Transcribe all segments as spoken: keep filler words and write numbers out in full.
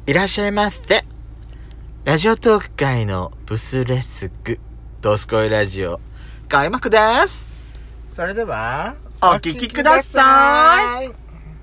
いらっしゃいませ。ラジオトーク界のブスレスクドスコイラジオ開幕です。 それではお聞きください。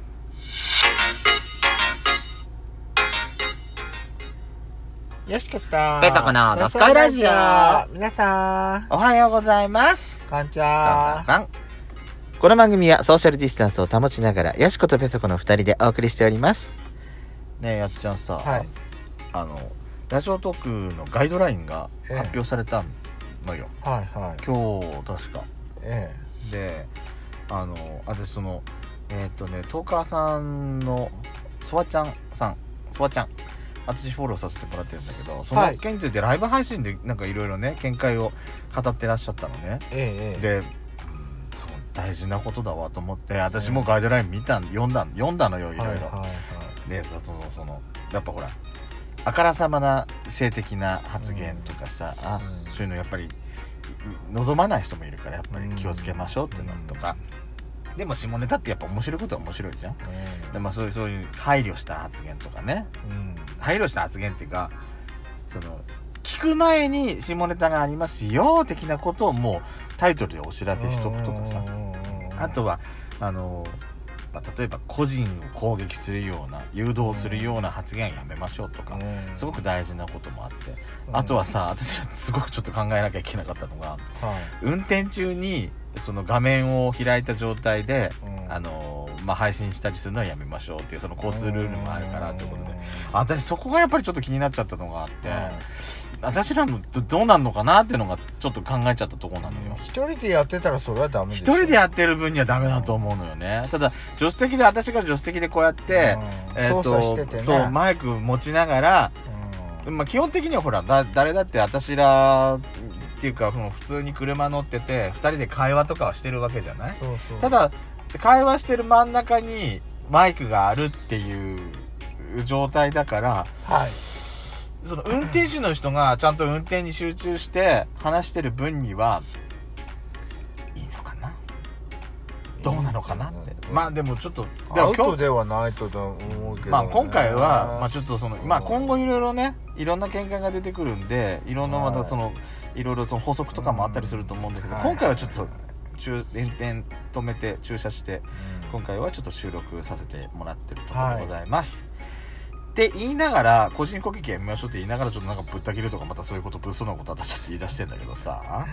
よしかったペソコのドスコイラジオ、 皆さんおはようございます。 こんにちは。 この番組はソーシャルディスタンスを保ちながらヤシコとペソコのふたりでお送りしております。ねえやっちゃんさ、 はい、 あのラジオトークのガイドラインが発表されたのよ、 ええ、はいはい、 今日確か、 ええ、であの私そのえー、っとねトーカーさんのソワちゃんさんソワちゃん私フォローさせてもらってるんだけど、その件についてライブ配信でなんかいろいろね見解を語ってらっしゃったのね、 ええ、 で、うん、そう大事なことだわと思って私もガイドライン見た読んだ読んだのよいろいろ、はいはいはい、でそのそのやっぱほらあからさまな性的な発言とかさ、うん、あ、うん、そういうのやっぱり望まない人もいるからやっぱり気をつけましょうってのとか、うん、でも下ネタってやっぱ面白いことは面白いじゃん、うん、でまあそういうそういう配慮した発言とかね、うん、配慮した発言っていうかその聞く前に下ネタがありますよ的なことをもうタイトルでお知らせしとくとかさ、あとはあのまあ、例えば個人を攻撃するような誘導するような発言やめましょうとか、うん、すごく大事なこともあって、うん、あとはさ私はすごくちょっと考えなきゃいけなかったのが、はい、運転中にその画面を開いた状態で、うん、あのまあ、配信したりするのはやめましょうっていうその交通ルールもあるからということで、私そこがやっぱりちょっと気になっちゃったのがあって、私らのどうなんのかなっていうのがちょっと考えちゃったところなのよ。 一人でやってたらそれはダメでしょ。 一人でやってる分にはダメだと思うのよね。ただ助手席で私が助手席でこうやって、 うん、えー、操作しててね、 そうマイク持ちながら、うん、まあ基本的にはほらだ誰だって私らっていうかもう普通に車乗っててふたりで会話とかはしてるわけじゃない。 そうそう、 ただ会話してる真ん中にマイクがあるっていう状態だから、 はい。 その運転手の人がちゃんと運転に集中して話してる分にはいいのかな、どうなのかなって、うん、まあでもちょっとでもアウトではないと思うけど、ね、 まあ今回はまあちょっとそのまあ今後いろいろねいろんな見解が出てくるんでいろんなまたそのいろいろその補足とかもあったりすると思うんだけど、うん、今回はちょっと運転止めて駐車して、うん、今回はちょっと収録させてもらってるところでございます、はいって言いながら個人攻撃やめましょうって言いながらちょっとなんかぶった切るとかまたそういうこと物騒なこと私たち言い出してんだけどさ、はい、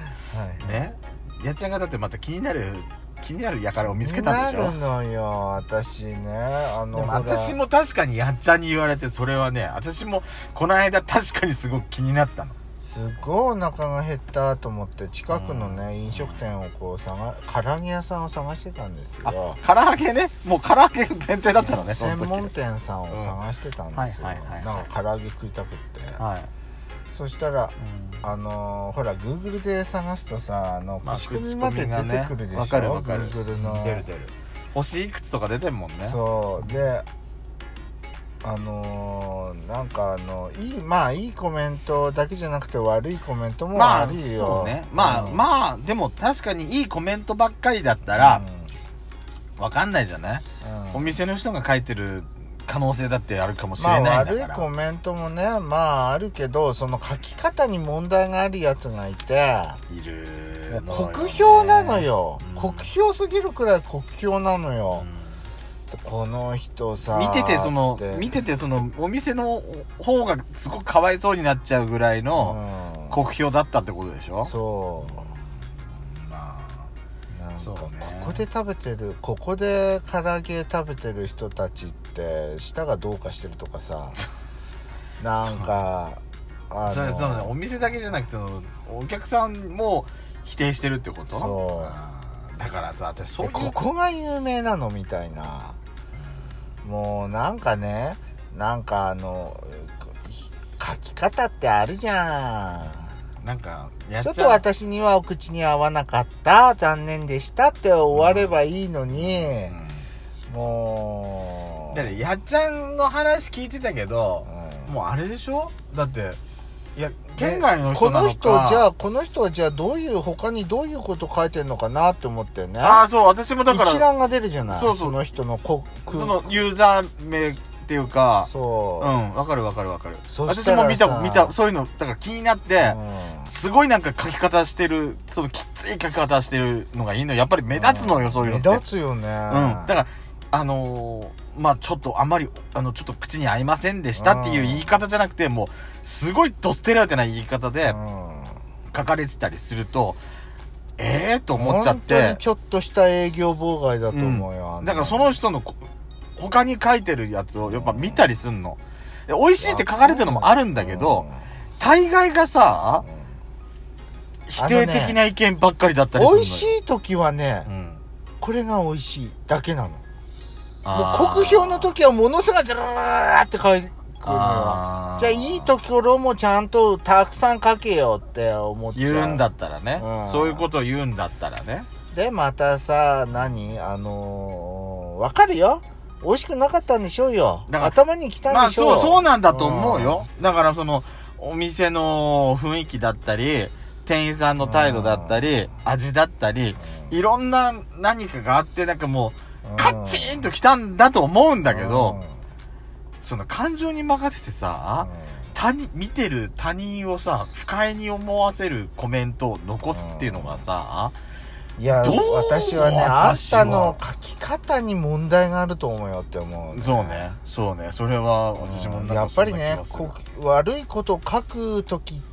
ねやっちゃんがだってまた気になる気になる輩を見つけたんでしょ。 気になるのよ私ね。あのでも私も確かにやっちゃんに言われてそれはね私もこの間確かにすごく気になったの。 すごいお腹が減ったと思って近くのね、うん、飲食店をこう探唐揚げ屋さんを探してたんですよ。 唐揚げね、もう唐揚げ前提だったのね。 専門店さんを探してたんですよ。なんか唐揚げ食いたくって、はい、そしたら、うん、あのー、ほら Google で探すとさあの口コミまで出てくるでしょ。わ、ね、かるわかる。Google の出る出る星いくつとか出てんもんね。 そうであのー、なんかあのいいまあいいコメントだけじゃなくて悪いコメントもあるよ、 まあそうね、まあ、うん、まあでも確かにいいコメントばっかりだったら、うん、わかんないじゃない、うん、お店の人が書いてる可能性だってあるかもしれないんだから、 まあ、悪いコメントもねまああるけどその書き方に問題があるやつがいているのよね。 酷評なのよ、うん、酷評すぎるくらい酷評なのよ、うんこの人さ見ててその見ててそのお店の方がすごくかわいそうになっちゃうぐらいの酷評だったってことでしょ。 そう、 うん、まあなんかここで食べてるここで唐揚げ食べてる人たちって舌がどうかしてるとかさなんかあのそれその、ね、お店だけじゃなくてお客さんも否定してるってこと。そうだからさ私そういうここが有名なのみたいな。もうなんかねなんかあの書き方ってあるじゃん。なんかやっちゃちょっと私にはお口に合わなかった残念でしたって終わればいいのに、うんうん、もうだってやっちゃんの話聞いてたけど、うん、もうあれでしょだっていや県外の人なのか、この人じゃあこの人はじゃあどういう他にどういうこと書いてるのかなって思ってね。 ああそう私もだから一覧が出るじゃない。そうそうその人のこそのユーザー名っていうか、 そううんわかるわかるわかる。私そしたらさも見た見たそういうのだから気になって、 うん、 すごいなんか書き方してる、そのきつい書き方してるのがいいの。やっぱり目立つのよ、うん、そういうのって目立つよね。うんだからあのー、まあちょっとあんまりあのちょっと口に合いませんでしたっていう言い方じゃなくて、もうすごいドステラーテな言い方で書かれてたりすると、ええー、と思っちゃって、 本当にちょっとした営業妨害だと思うよ、 うん、だからその人の他に書いてるやつをやっぱ見たりすんの。で美味しいって書かれてるのもあるんだけど、大概がさ、うん、否定的な意見ばっかりだったりするのよ。 美味しい時はね、うん、これが美味しいだけなの。もう酷評の時はものすごいズルーって書いてくるのよ。じゃあいいところもちゃんとたくさん書けよって思っちゃう。 言うんだったらね、うん、そういうことを言うんだったらね。 でまたさ、何あのー、わかるよ、美味しくなかったんでしょうよ。頭に来たんでしょう。 まあそうそうなんだと思うよ、うん、だからそのお店の雰囲気だったり店員さんの態度だったり、うん、味だったり、うん、いろんな何かがあって、なんかもうカッチーンと来たんだと思うんだけど、うん、その感情に任せてさ、うん、他人見てる他人をさ不快に思わせるコメントを残すっていうのがさ、 うん、いや私はね、あんたの書き方に問題があると思うよって思う、ね、 そうねそうね、それは私もなんかやっぱりね、こ悪いことを書くときって、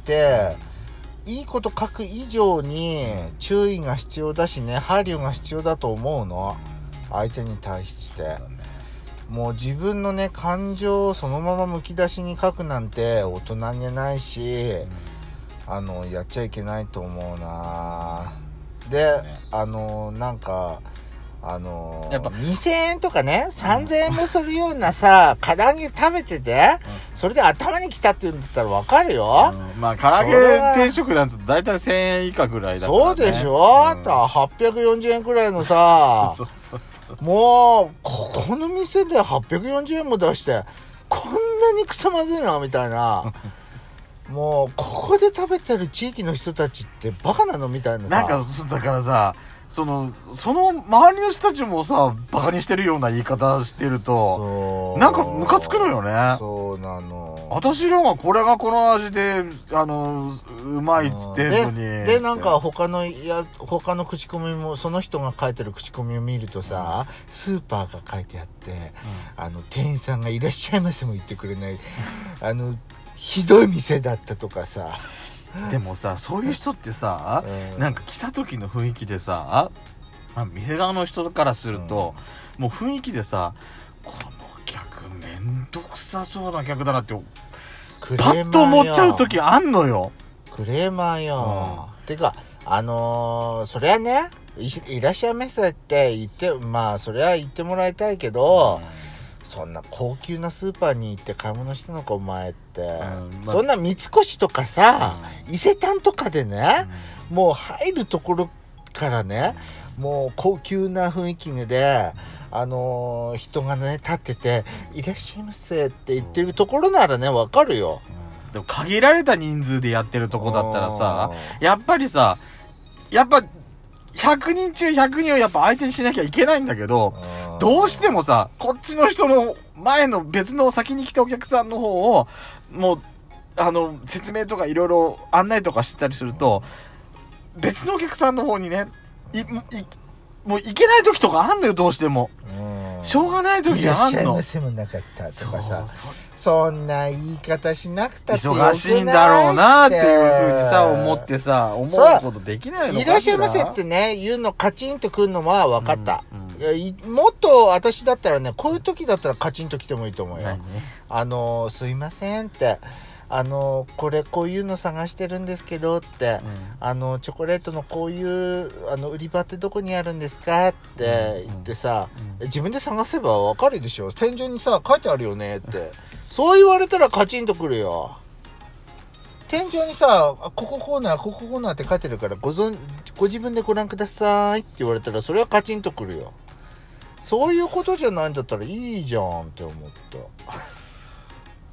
うん、いいこと書く以上に注意が必要だしね、配慮が必要だと思うの、相手に対して、ね、もう自分のね感情をそのままむき出しに書くなんて大人げないし、うん、あのやっちゃいけないと思うな。で、ね、あのなんかあのやっぱにせんえんとかねさんぜんえんもするようなさ、うん、唐揚げ食べてて、うん、それで頭にきたって言うんだったら分かるよ、 うん、まあ唐揚げ定食なんつだいたいせんえん以下ぐらいだからね。 そうでしょ、うん、あんたはっぴゃくよんじゅうえんくらいのさそうそうそうもうここの店ではっぴゃくよんじゅうえんも出してこんなにくそまずいなみたいなもうここで食べてる地域の人たちってバカなのみたいなさ、 なんかだからさ、そのその周りの人たちもさバカにしてるような言い方してるとなんかムカつくのよね。 そうなの。 私らがこれがこの味であのうまいっつってんのに、 で, でなんか他のや他の口コミもその人が書いてる口コミを見るとさ、うん、スーパーが書いてあって、うん、あの店員さんがいらっしゃいませも言ってくれないあのひどい店だったとかさでもさそういう人ってさ、うん、なんか来た時の雰囲気でさ、店側の人からすると、うん、もう雰囲気でさ、この客めんどくさそうな客だなってパッと思っちゃう時あんのよ。 クレーマーよ、うん、てかあのー、そりゃね い, いらっしゃいませって言ってまあそりゃ言ってもらいたいけど、うん、そんな高級なスーパーに行って買い物したのかお前って、うんまあ、そんな三越とかさ、うん、伊勢丹とかでね、うん、もう入るところからね、うん、もう高級な雰囲気であのー、人がね立ってていらっしゃいませって言ってるところならねわかるよ、 うん、でも限られた人数でやってるとこだったらさやっぱりさやっぱひゃくにん中ひゃくにんをやっぱ相手にしなきゃいけないんだけどどうしてもさこっちの人の前の別の先に来たお客さんの方をもうあの説明とかいろいろ案内とかしてたりすると別のお客さんの方にねいいもう行けない時とかあんのよ。どうしてもしょうがない時があんの。いらっしゃいませもなかったとかさ そ, そんな言い方しなくたって忙しいんだろうなっていう風にさ思ってさ思うことできないのかしら。 いらっしゃいませってね言うのカチンとくるのは分かった、うんうん、いやもっと私だったらねこういう時だったらカチンと来てもいいと思うよ。あのすいませんってあのこれこういうの探してるんですけどって、うん、あのチョコレートのこういうあの売り場ってどこにあるんですかって言ってさ、うんうん、自分で探せばわかるでしょ。天井にさ書いてあるよねってそう言われたらカチンとくるよ。天井にさここコーナーここコーナーって書いてるからごぞんご自分でご覧くださいって言われたらそれはカチンとくるよ。そういうことじゃないんだったらいいじゃんって思った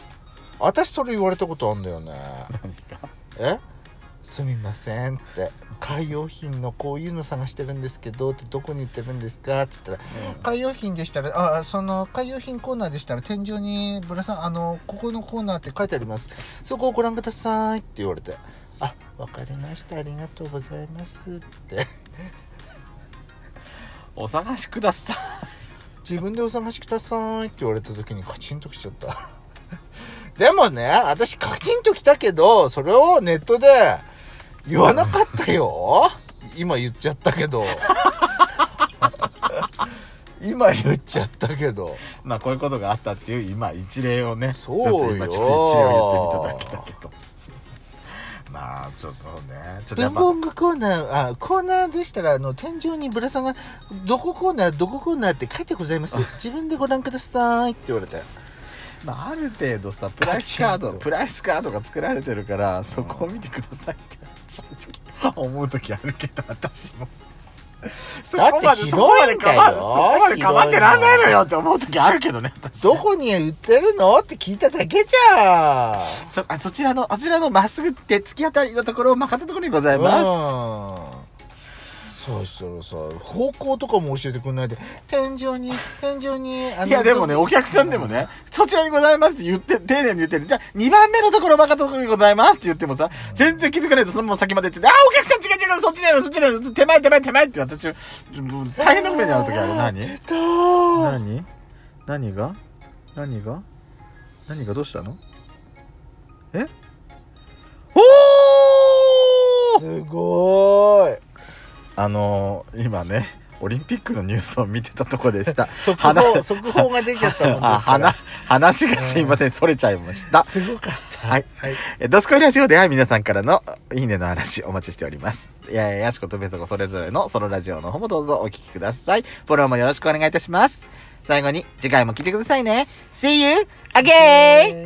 私それ言われたことあるんだよね。 何かえすみませんって海洋品のこういうの探してるんですけどってどこに売ってるんですかって言ったら、うん、海洋品でしたらあその海洋品コーナーでしたら天井にぶらさんあのここのコーナーって書いてあります、そこをご覧くださいって言われて、あわかりましたありがとうございますってお探しください自分でお探しくださいって言われた時にカチンときちゃったでもね私カチンときたけどそれをネットで言わなかったよ今言っちゃったけど今言っちゃったけどまあこういうことがあったっていう今一例をねそうよちょっと今ちょっと一例を言ってみただけだけどまあちょっとそうねちょっとやっぱ文房具コーナーあコーナーでしたらあの天井にぶら下がどこコーナーどこコーナーって書いてございます自分でご覧くださいって言われてまあ、ある程度さプライスカードプライスカードが作られてるからそこを見てくださいって正直思う時あるけど私もそこまで広いんだよそこまでかまってらんないのよって思う時あるけどね私どこに売ってるのって聞いただけじゃんそ, あそちらのあちらのまっすぐって突き当たりのところを曲がったところにございます、 そうしたらさ方向とかも教えてくんないで天井に天井にあのいやでもねお客さんでもね、うん、そちらにございますって言って丁寧に言ってるじゃあにばんめのところ曲がったところにございますって言ってもさ、うん、全然気づかないとそのまま先まで行ってあお客さん違う違うそっちだよそっちだよ手前手前手前って私大変な目に遭う時ある何何何が何が何がどうしたのえおーすごーいあのー、今ねオリンピックのニュースを見てたとこでした速報速報が出ちゃったもんですからあ話がすいませんそれちゃいましたすごかったはい、はい、ドスコイラジオでは皆さんからのいいねの話お待ちしております。いやいややしことべそこそれぞれのソロラジオの方もどうぞお聞きください。フォローもよろしくお願いいたします。最後に次回も聞いてくださいね。 See you again!